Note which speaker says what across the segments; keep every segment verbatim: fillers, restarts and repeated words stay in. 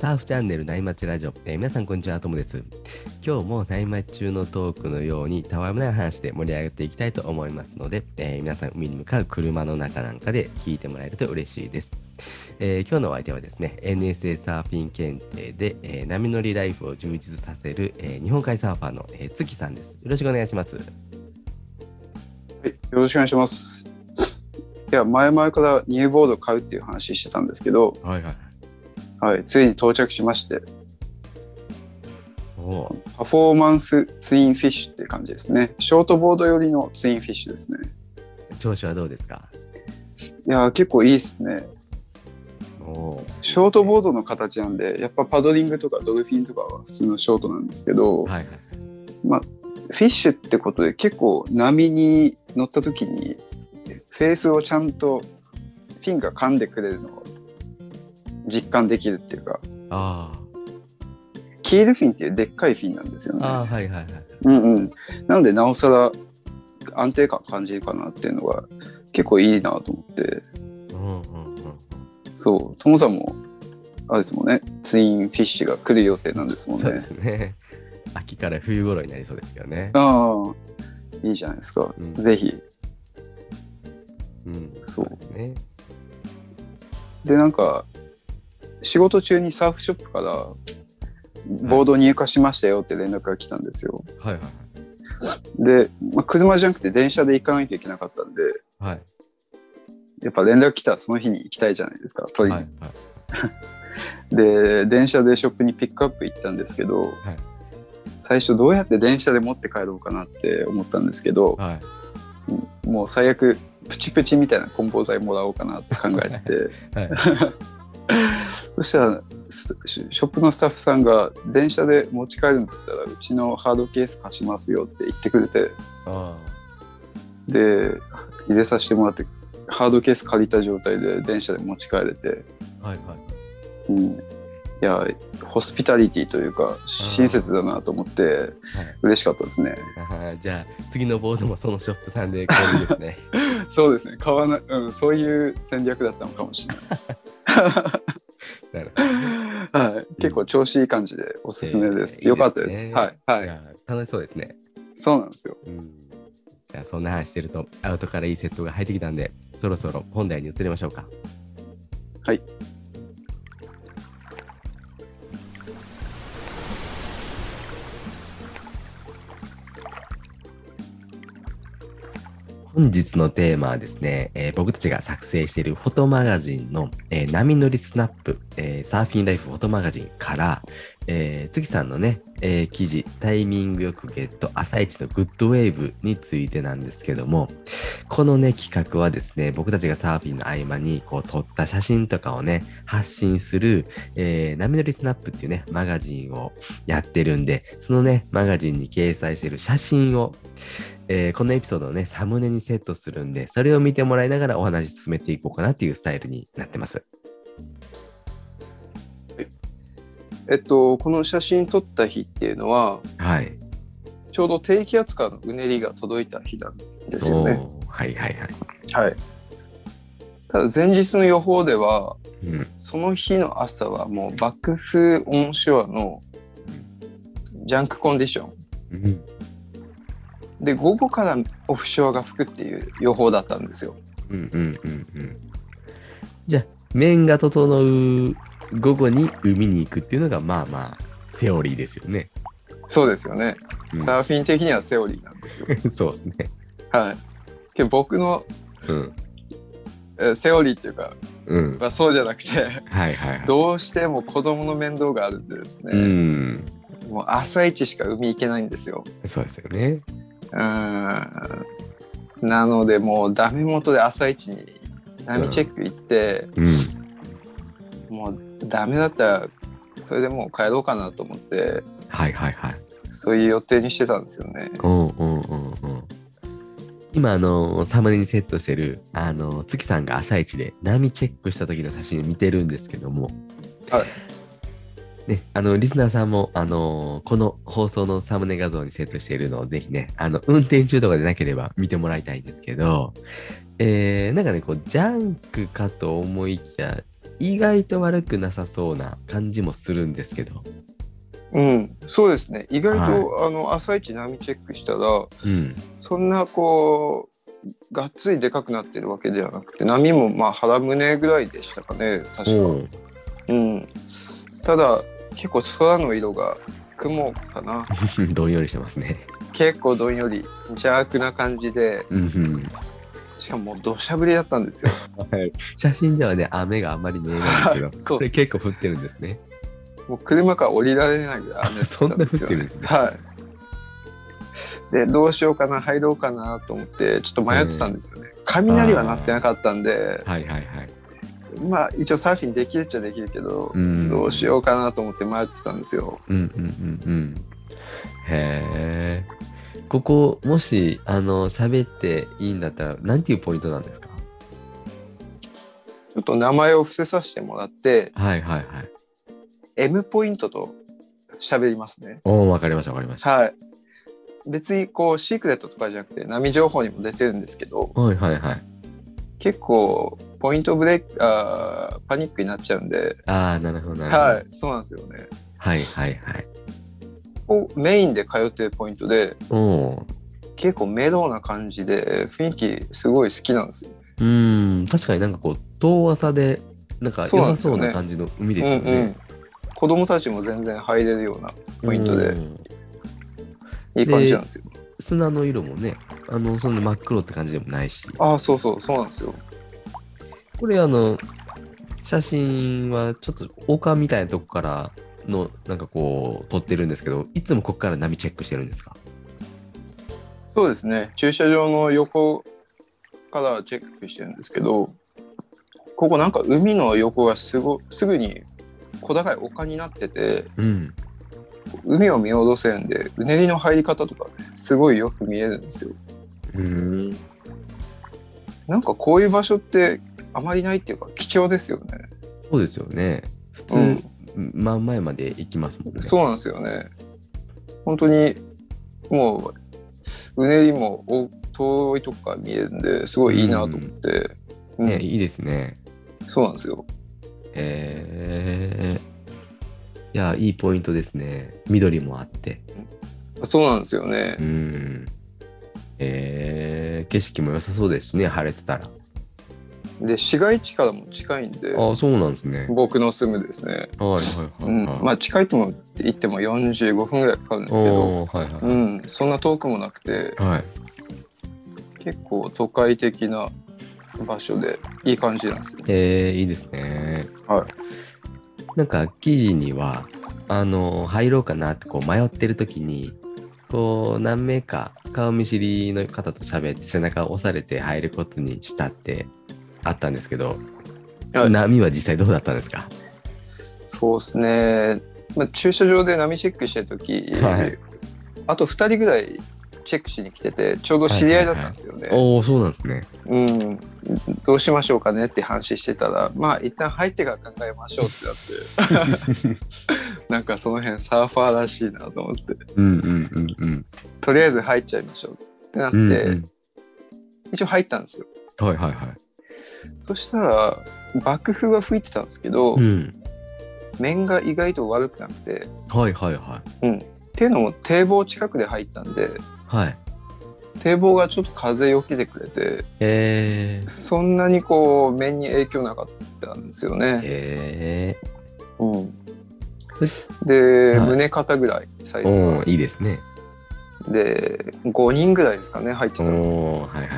Speaker 1: サーフチャンネル内町ラジオ、えー皆さんこんにちは、ともです。今日も内町中のトークのようにたわいもない話で盛り上がっていきたいと思いますので、えー皆さん海に向かう車の中なんかで聞いてもらえると嬉しいです。えー今日のお相手はですね、エヌエスエー サーフィン検定で、えー波乗りライフを充実させる、えー日本海サーファーの、えー、月さんです。よろしくお願いします。
Speaker 2: はい、よろしくお願いします。いや、前々からニューボード買うっていう話してたんですけど、
Speaker 1: はいはい。
Speaker 2: はい、ついに到着しまして、
Speaker 1: おー
Speaker 2: パフォーマンスツインフィッシュって感じですね。ショートボード寄りのツインフィッシュですね。
Speaker 1: 調子はどうですか？
Speaker 2: いや、結構いいですね。
Speaker 1: おー
Speaker 2: ショートボードの形なんで、やっぱパドリングとかドルフィンとかは普通のショートなんですけど、
Speaker 1: はいはい。
Speaker 2: まあ、フィッシュってことで結構波に乗った時にフェースをちゃんとフィンが噛んでくれるのを実感できるっていうか、
Speaker 1: あ
Speaker 2: キールフィンっていうでっかいフィンなんですよね。
Speaker 1: あ、ああ、はいはいはい。
Speaker 2: うんうん。なのでなおさら安定感感じるかなっていうのが結構いいなと思って、
Speaker 1: うんうんうん。
Speaker 2: そう、ともさんもあれですもんね、ツインフィッシュが来る予定なんですもんね。
Speaker 1: そうですね。秋から冬頃になりそうですけどね。
Speaker 2: ああ、いいじゃないですか。
Speaker 1: うん
Speaker 2: ぜひ。
Speaker 1: うん、
Speaker 2: そう
Speaker 1: ですね。
Speaker 2: で、なんか仕事中にサーフショップからボード入荷しましたよって連絡が来たんですよ。
Speaker 1: はいはい
Speaker 2: で、まあ、車じゃなくて電車で行かないといけなかったんで、
Speaker 1: はい。
Speaker 2: やっぱ連絡来たらその日に行きたいじゃないですか、取りに。
Speaker 1: はいはい
Speaker 2: で、電車でショップにピックアップ行ったんですけど、
Speaker 1: はい
Speaker 2: 最初どうやって電車で持って帰ろうかなって思ったんですけど、
Speaker 1: はい。
Speaker 2: もう最悪プチプチみたいな梱包材もらおうかなって考えてて、
Speaker 1: はい
Speaker 2: そしたらスショップのスタッフさんが電車で持ち帰るんだったらうちのハードケース貸しますよって言ってくれて、
Speaker 1: あ
Speaker 2: で入れさせてもらってハードケース借りた状態で電車で持ち帰れて、
Speaker 1: あ、はいはい。
Speaker 2: うん、いやホスピタリティというか親切だなと思って
Speaker 1: はい、
Speaker 2: 嬉しかったですね。
Speaker 1: あーじゃあ次のボードもそのショップさんで買えるんですね。
Speaker 2: そうですね、買わな、うん、そういう戦略だったのかもしれない。
Speaker 1: なるほど。
Speaker 2: はい、結構調子いい感じでおすすめです。
Speaker 1: えー
Speaker 2: よかったです。
Speaker 1: いいですね
Speaker 2: はい、はいい、
Speaker 1: や楽しそうですね。
Speaker 2: そうなんですよ。
Speaker 1: うん。じゃあそんな話してるとアウトからいいセットが入ってきたんで、そろそろ本題に移りましょうか。
Speaker 2: はい。
Speaker 1: 本日のテーマはですね、えー僕たちが作成しているフォトマガジンの、えー波乗りスナップ、えーサーフィンライフフォトマガジンから、えー、月さんのね、えー記事、タイミングよくゲット、朝一のグッドウェーブについてなんですけども、このね、企画はですね、僕たちがサーフィンの合間にこう撮った写真とかをね、発信する、えー波乗りスナップっていうね、マガジンをやってるんで、そのね、マガジンに掲載している写真を、えーこのエピソードをね、サムネにセットするんで、それを見てもらいながらお話進めていこうかなっていうスタイルになってます。
Speaker 2: えっとこの写真撮った日っていうのは
Speaker 1: はい。
Speaker 2: ちょうど低気圧からのうねりが届いた日なんですよね。
Speaker 1: おーはいはいはい。
Speaker 2: はい。ただ前日の予報では
Speaker 1: うん。
Speaker 2: その日の朝はもう爆風オンショアのジャンクコンディション
Speaker 1: うん。
Speaker 2: で、午後からオフショアが吹くっていう予報だったんですよ。
Speaker 1: うんうんうんうん。じゃあ、面が整う午後に海に行くっていうのが、まあまあ、セオリーですよね。
Speaker 2: そうですよね。
Speaker 1: うん
Speaker 2: サーフィン的にはセオリーなんですよ。
Speaker 1: そうですね。
Speaker 2: はい。けど僕の、
Speaker 1: うん。
Speaker 2: えーセオリーっていうか、
Speaker 1: うん。
Speaker 2: まあ、そうじゃなくて
Speaker 1: はいはいはい。
Speaker 2: どうしても子供の面倒があるんでです
Speaker 1: う
Speaker 2: ね、
Speaker 1: ん。
Speaker 2: もう朝一しか海行けないんですよ。
Speaker 1: そうですよね。
Speaker 2: うーん。なのでもうダメ元で朝一に波チェック行って、
Speaker 1: うん。
Speaker 2: もうダメだったらそれでもう帰ろうかなと思って
Speaker 1: はいはいはい。
Speaker 2: そういう予定にしてたんですよね。
Speaker 1: うんうんうんうん。今、あの、サムネにセットしてる、あの、月さんが朝一で波チェックした時の写真見てるんですけども、
Speaker 2: はい。
Speaker 1: ね、あの、リスナーさんも、あのこの放送のサムネ画像にセットしているのをぜひね、あの、運転中とかでなければ見てもらいたいんですけど、えー、なんかね、こう、ジャンクかと思いきや、 意外と悪くなさそうな感じもするんですけど。
Speaker 2: うん、そうですね。意外と、
Speaker 1: は
Speaker 2: あの朝一波チェックしたら、
Speaker 1: い。うん。
Speaker 2: そんなこうがっつりでかくなってるわけではなくて、波もまあ腹胸ぐらいでしたかね、確か。
Speaker 1: おう。
Speaker 2: うん。ただ結構空の色が雲かな。
Speaker 1: どんよりしてますね。
Speaker 2: 結構どんより邪悪な感じで、
Speaker 1: うんうん。
Speaker 2: しかも土砂降りだったんですよ。
Speaker 1: はい。写真ではね、雨があんまり見えないんですけど、
Speaker 2: そう
Speaker 1: これ結構降ってるんですね。
Speaker 2: もう車から降りられないぐらい雨だったんですよね。
Speaker 1: そんな降ってるんですね。
Speaker 2: はい。でどうしようかな入ろうかなと思ってちょっと迷ってたんですよね。雷は鳴ってなかったんで、
Speaker 1: はいはいはい。
Speaker 2: まあ一応サーフィンできるっちゃできるけど、
Speaker 1: うん。
Speaker 2: どうしようかなと思って迷ってたんですよ。
Speaker 1: うんうんうんうん。へえ。ここ、もし、あの、喋っていいんだったら、なんていうポイントなんですか？
Speaker 2: ちょっと名前を伏せさせてもらって、
Speaker 1: はいはいはい。
Speaker 2: M ポイントと喋りますね。
Speaker 1: おー、わかりましたわかりました。
Speaker 2: はい。別にこうシークレットとかじゃなくて波情報にも出てるんですけど、
Speaker 1: はいはいはい。
Speaker 2: 結構ポイントブレイクあーパニックになっちゃうんで、
Speaker 1: ああ、なるほどなるほど。
Speaker 2: はいそうなんですよね。
Speaker 1: はいはいはい。
Speaker 2: ここメインで通ってるポイントで、
Speaker 1: おー。
Speaker 2: 結構メロウな感じで雰囲気すごい好きなんですよ。
Speaker 1: うーん、確かになんかこう、遠浅で、なんか良さそうな感じの海ですよね。
Speaker 2: うんうん。子供たちも全然入れるようなポイントで
Speaker 1: うん
Speaker 2: いい感じなんですよ。
Speaker 1: 砂の色もね、あの、そんな真っ黒って感じでもないし。
Speaker 2: ああそうそうそうなんですよ。
Speaker 1: これあの、写真はちょっと丘みたいなとこからの、なんかこう、撮ってるんですけど、いつもここから波チェックしてるんですか？
Speaker 2: そうですね。駐車場の横からチェックしてるんですけど、ここなんか海の横がすごすぐに小高い丘になってて、
Speaker 1: うん。
Speaker 2: 海を見下ろせるんで、うねりの入り方とかね、すごいよく見えるんですよ。
Speaker 1: うーん。
Speaker 2: なんかこういう場所ってあまりないっていうか貴重ですよね。
Speaker 1: そうですよね。普通、
Speaker 2: うん
Speaker 1: 真ん前まで行きますもんね。
Speaker 2: そうなんですよね。本当にもううねりも遠いとこから見えるんですごいいいなと思って、うん
Speaker 1: ね、いいですね。
Speaker 2: そうなんですよ。
Speaker 1: えー、いや、いいポイントですね。緑もあって。
Speaker 2: そうなんですよね。
Speaker 1: うん。えー、景色も良さそうですしね、晴れてたら。
Speaker 2: で市街地からも近いんで、
Speaker 1: ああ、そうなんですね。
Speaker 2: 僕の住むですね、
Speaker 1: はいはいはい、
Speaker 2: うん
Speaker 1: はい。
Speaker 2: まあ近いとも言ってもよんじゅうごふんぐらいかかるんですけど、
Speaker 1: おーはいはい、
Speaker 2: うん、そんな遠くもなくて
Speaker 1: はい。
Speaker 2: 結構都会的な場所でいい感じなんですよ。
Speaker 1: えー、いいですね。
Speaker 2: はい。
Speaker 1: なんか記事には、あの、入ろうかなってこう迷ってる時に、こう何名か顔見知りの方と喋って背中を押されて入ることにしたってあったんですけど、
Speaker 2: はい、
Speaker 1: 波は実際どうだったんですか？
Speaker 2: そうですね、まあ、駐車場で波チェックしてる時、
Speaker 1: はい、
Speaker 2: あとふたりぐらいチェックしに来ててちょうど知り合いだったんですよね。
Speaker 1: はいはいはい、おお、そうなんですね。
Speaker 2: うん、どうしましょうかねって話してたら、まあ一旦入ってから考えましょうってなってなんかその辺サーファーらしいなと思って、
Speaker 1: うんうんうんうん。
Speaker 2: とりあえず入っちゃいましょうってなって、
Speaker 1: うんうん、
Speaker 2: 一応入ったんですよ。
Speaker 1: はいはいはい。
Speaker 2: そしたら爆風が吹いてたんですけど、
Speaker 1: うん、
Speaker 2: 面が意外と悪くなくて、
Speaker 1: はいはいはい。
Speaker 2: うん、っていうのも堤防近くで入ったんで、
Speaker 1: はい。
Speaker 2: 堤防がちょっと風よけてくれて、
Speaker 1: えー、
Speaker 2: そんなにこう面に影響なかったんですよね。
Speaker 1: え
Speaker 2: うん、
Speaker 1: ー、
Speaker 2: で、
Speaker 1: はい、
Speaker 2: 胸肩ぐらいサイズが。
Speaker 1: おお、いいですね。
Speaker 2: でごにんぐらいですかね入ってたの。
Speaker 1: おお、はいはいはい。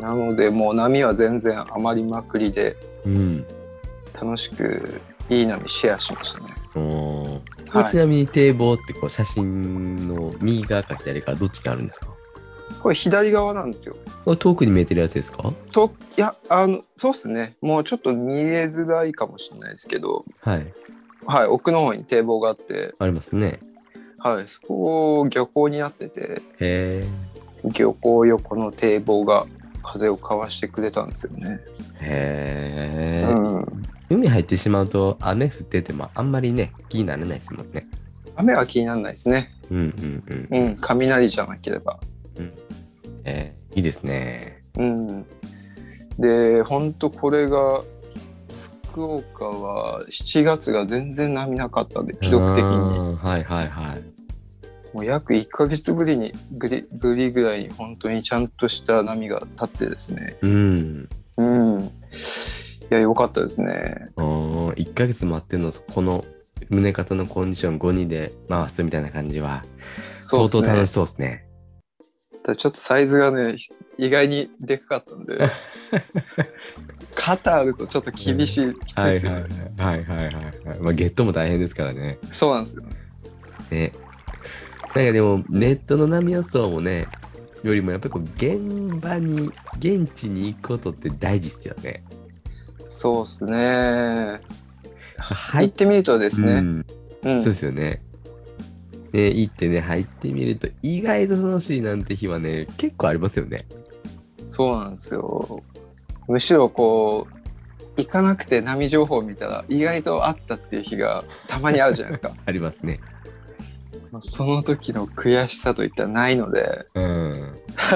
Speaker 2: なのでもう波は全然余りまくりで、
Speaker 1: うん。
Speaker 2: 楽しくいい波シェアしましたね。
Speaker 1: おお、
Speaker 2: はい、
Speaker 1: ちなみに堤防ってこう写真の右側か左側どっちにあるんですか？
Speaker 2: これ左側なんですよ。
Speaker 1: これ遠くに見えてるやつですか？
Speaker 2: といやあのそうっすね、もうちょっと見えづらいかもしれないですけど、
Speaker 1: はい。
Speaker 2: はい、奥の方に堤防があって、
Speaker 1: ありますね。
Speaker 2: はい、そこ漁港になってて、
Speaker 1: へ
Speaker 2: 漁港横の堤防が風をかわしてくれたんですよね。
Speaker 1: え。へえ、
Speaker 2: うん、
Speaker 1: 海入ってしまうと雨降っててもあんまりね気にならないですもんね。
Speaker 2: 雨は気にならないですね。
Speaker 1: うんうんうん。
Speaker 2: うん、雷じゃなければ。
Speaker 1: うん、えー、いいですね。
Speaker 2: うん、でほんとこれが福岡はしちがつが全然波なかったんで、記録的に。
Speaker 1: はいはいはい。
Speaker 2: もう約いっかげつぶりにぶりぶりぐらいに本当にちゃんとした波が立ってですね。
Speaker 1: うん。
Speaker 2: うん。いや、良かったですね。
Speaker 1: おいっかげつ待ってんの、この宗像のコンディションごにで回すみたいな感じは、相当楽しそうですね。
Speaker 2: ただちょっとサイズがね、意外にでかかったんで、肩あるとちょっと厳しい、うん、きついですよね。
Speaker 1: はいはいはいはい、はい。まあ、ゲットも大変ですからね。
Speaker 2: そうなんですよ。
Speaker 1: ね。なんかでも、ネットの波予想もね、よりもやっぱりこう、現場に、現地に行くことって大事っすよね。
Speaker 2: そうっすね。入ってみるとですね。うん
Speaker 1: うん、そうですよね。ね、行ってね、入ってみると、意外と楽しいなんて日はね、結構ありますよね。
Speaker 2: そうなんですよ。むしろこう、行かなくて波情報を見たら、意外とあったっていう日がたまにあるじゃないですか。
Speaker 1: ありますね。
Speaker 2: その時の悔しさといったらないので、うん、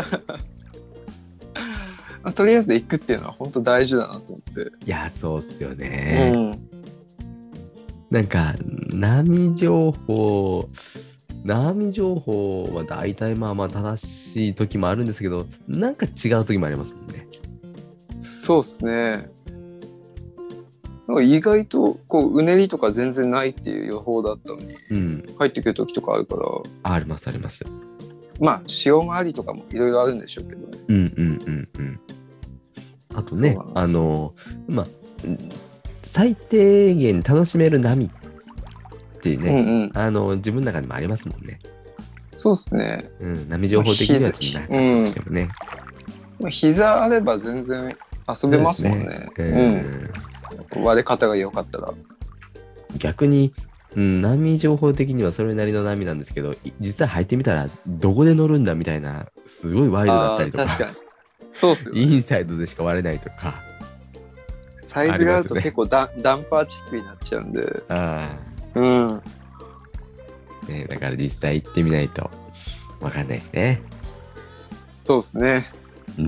Speaker 2: まあ、とりあえず行くっていうのは本当大事だなと思って。
Speaker 1: いや、そうっすよね。うん、なんか波情報波情報は大体まあまあ正しい時もあるんですけど、なんか違う時もありますもんね。
Speaker 2: そうっすね。なんか意外とこううねりとか全然ないっていう予報だったのに、うん、入ってくる時とかあるから。
Speaker 1: ありますあります。ま
Speaker 2: あ潮回りとかもいろいろあるんでしょうけどね。
Speaker 1: うんうんうんうん。あとね、あのまあ最低限楽しめる波ってね、うんうん、あの自分の中にもありますもんね。
Speaker 2: そうですね。
Speaker 1: うん、波情報的にはちょっとなかったとしてもね。
Speaker 2: まあ、膝あれば全然遊べますもんね。ね、うん、割れ方が良かったら。
Speaker 1: 逆に、うん、波情報的にはそれなりの波なんですけど、実際入ってみたらどこで乗るんだみたいな、すごいワイルドだったりとか。
Speaker 2: 確かに。そうっすよ、ね。
Speaker 1: インサイドでしか割れないとか。
Speaker 2: サイズがあると結構ダ、ね、ダンパーチックになっちゃうんで。ああ。うん。
Speaker 1: ね、だから実際行ってみないと分かんないですね。
Speaker 2: そうですね。
Speaker 1: うん。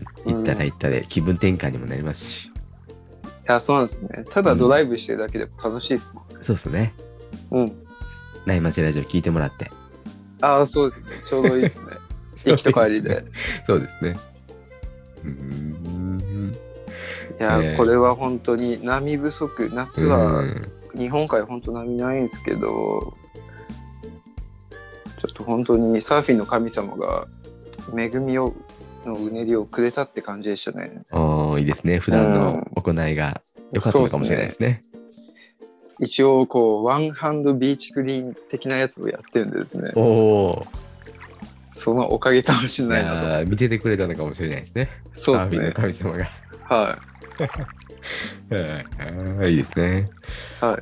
Speaker 1: 行ったら行ったで気分転換にもなりますし。い
Speaker 2: や、そうなんですね。ただドライブしてるだけでも楽しいですもんね。
Speaker 1: うん、そうですね。
Speaker 2: うん。
Speaker 1: ない町ラジオ聞いてもらって。
Speaker 2: ああ、そうですね。ちょうどいいですね。行きと帰りで。
Speaker 1: そうですね。うーん。
Speaker 2: いや、えー、これは本当に波不足。夏は日本海本当波ないんですけど、ちょっと本当にサーフィンの神様が恵みをのうねりをくれたって感じでしたね。
Speaker 1: おー、いいですね。普段の行いが良かったのかもしれないですね。うん、そうですね。
Speaker 2: 一応こうワンハンドビーチクリーン的なやつをやってるんでですね。
Speaker 1: おー。
Speaker 2: そのおかげかもしれないなと。
Speaker 1: 見ててくれたのかもしれないですね。
Speaker 2: そうですね。
Speaker 1: サーフィンの神様が。
Speaker 2: はい。
Speaker 1: いいですね。
Speaker 2: はい。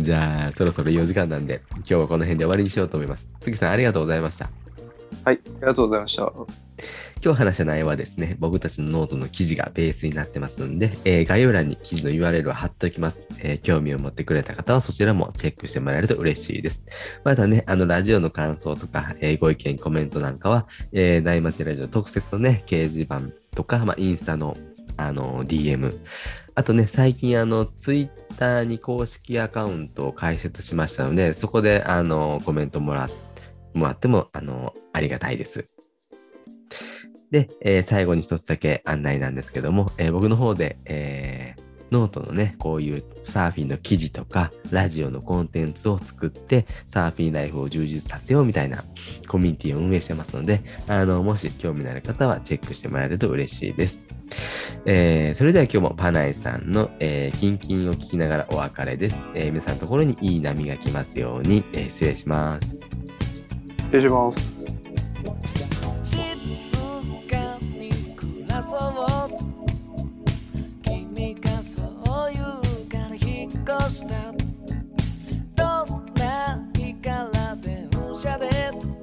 Speaker 1: じゃあそろそろいいお時間なんで今日はこの辺で終わりにしようと思います。杉さんありがとうございました。
Speaker 2: はい、ありがとうございました。
Speaker 1: 今日話した内容はですね、僕たちのノートの記事がベースになってますので、えー、概要欄に記事の ユーアールエル を貼っておきます。えー、興味を持ってくれた方はそちらもチェックしてもらえると嬉しいです。またね、あのラジオの感想とか、えー、ご意見コメントなんかは、えー、大町ラジオ特設のね掲示板とか、まあ、インスタのあの ディーエム、あとね、最近あのツイッターに公式アカウントを開設しましたので、そこであのコメントもらってもらってもあのありがたいです。で、えー、最後に一つだけ案内なんですけども、えー、僕の方で、えー、ノートのね、こういうサーフィンの記事とか、ラジオのコンテンツを作って、サーフィンライフを充実させようみたいなコミュニティを運営してますので、あの、もし興味のある方はチェックしてもらえると嬉しいです。えー、それでは今日もパナイさんの、えー、キンキンを聞きながらお別れです。えー、皆さんのところにいい波が来ますように、えー、失礼します。
Speaker 2: 失礼します。君がそう言うから引っ越した。どんな日から電車で